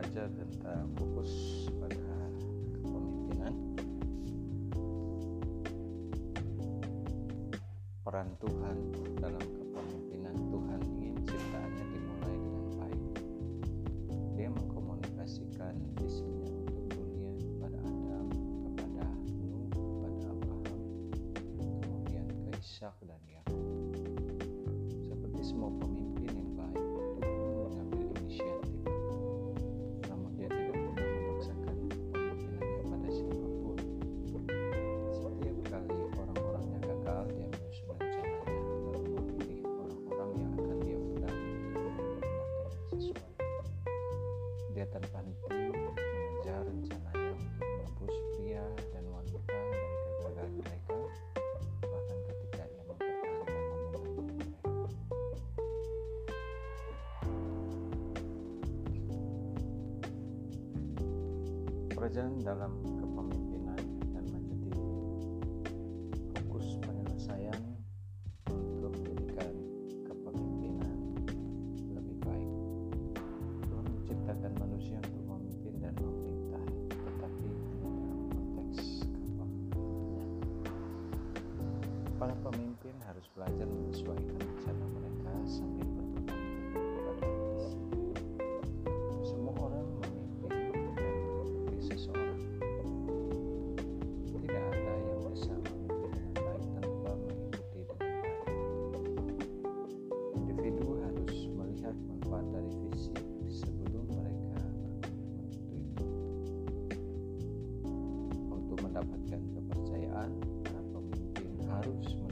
belajar tentang fokus pada kepemimpinan. Peran Tuhan dalam kepemimpinan. Tuhan ingin ciptaannya dimulai dengan baik. Dia mengkomunikasikan visinya untuk dunia kepada Adam, kepada Nuh, kepada Abraham, kemudian ke Ishak dan Yakub. Seperti semua pemimpin yang baik, Tuhan mengambil inisiatif. Namun dia tidak pernah memaksakan pemimpinannya pada siapapun. Setiap kali orang-orangnya gagal, dia menyusun rencananya lalu memilih orang-orang yang akan dia undang untuk memimpin yang sesuai. Dia tanpa henti mengejar rencananya untuk menebus pria dan wanita dari kegagalan mereka, bahkan ketika ia mempertahankan hubungan mereka. Perjalanan dalam kepemimpinan dan menjadi fokus penyelesaian untuk menjadikan kepemimpinan lebih baik. Tuhan menciptakan manusia untuk memimpin dan memerintah, tetapi hanya dalam konteks kepemimpinan. Para pemimpin harus belajar menyesuaikan rencana mereka sambil berpegang teguh pada visi. Semua orang memimpin dan mengikuti seseorang. Tidak ada yang bisa memimpin dengan baik tanpa mengikuti dengan baik. Individu harus melihat manfaat dari visi sebelum mereka berkomitmen untuk itu. Untuk mendapatkan kepercayaan, para pemimpin harus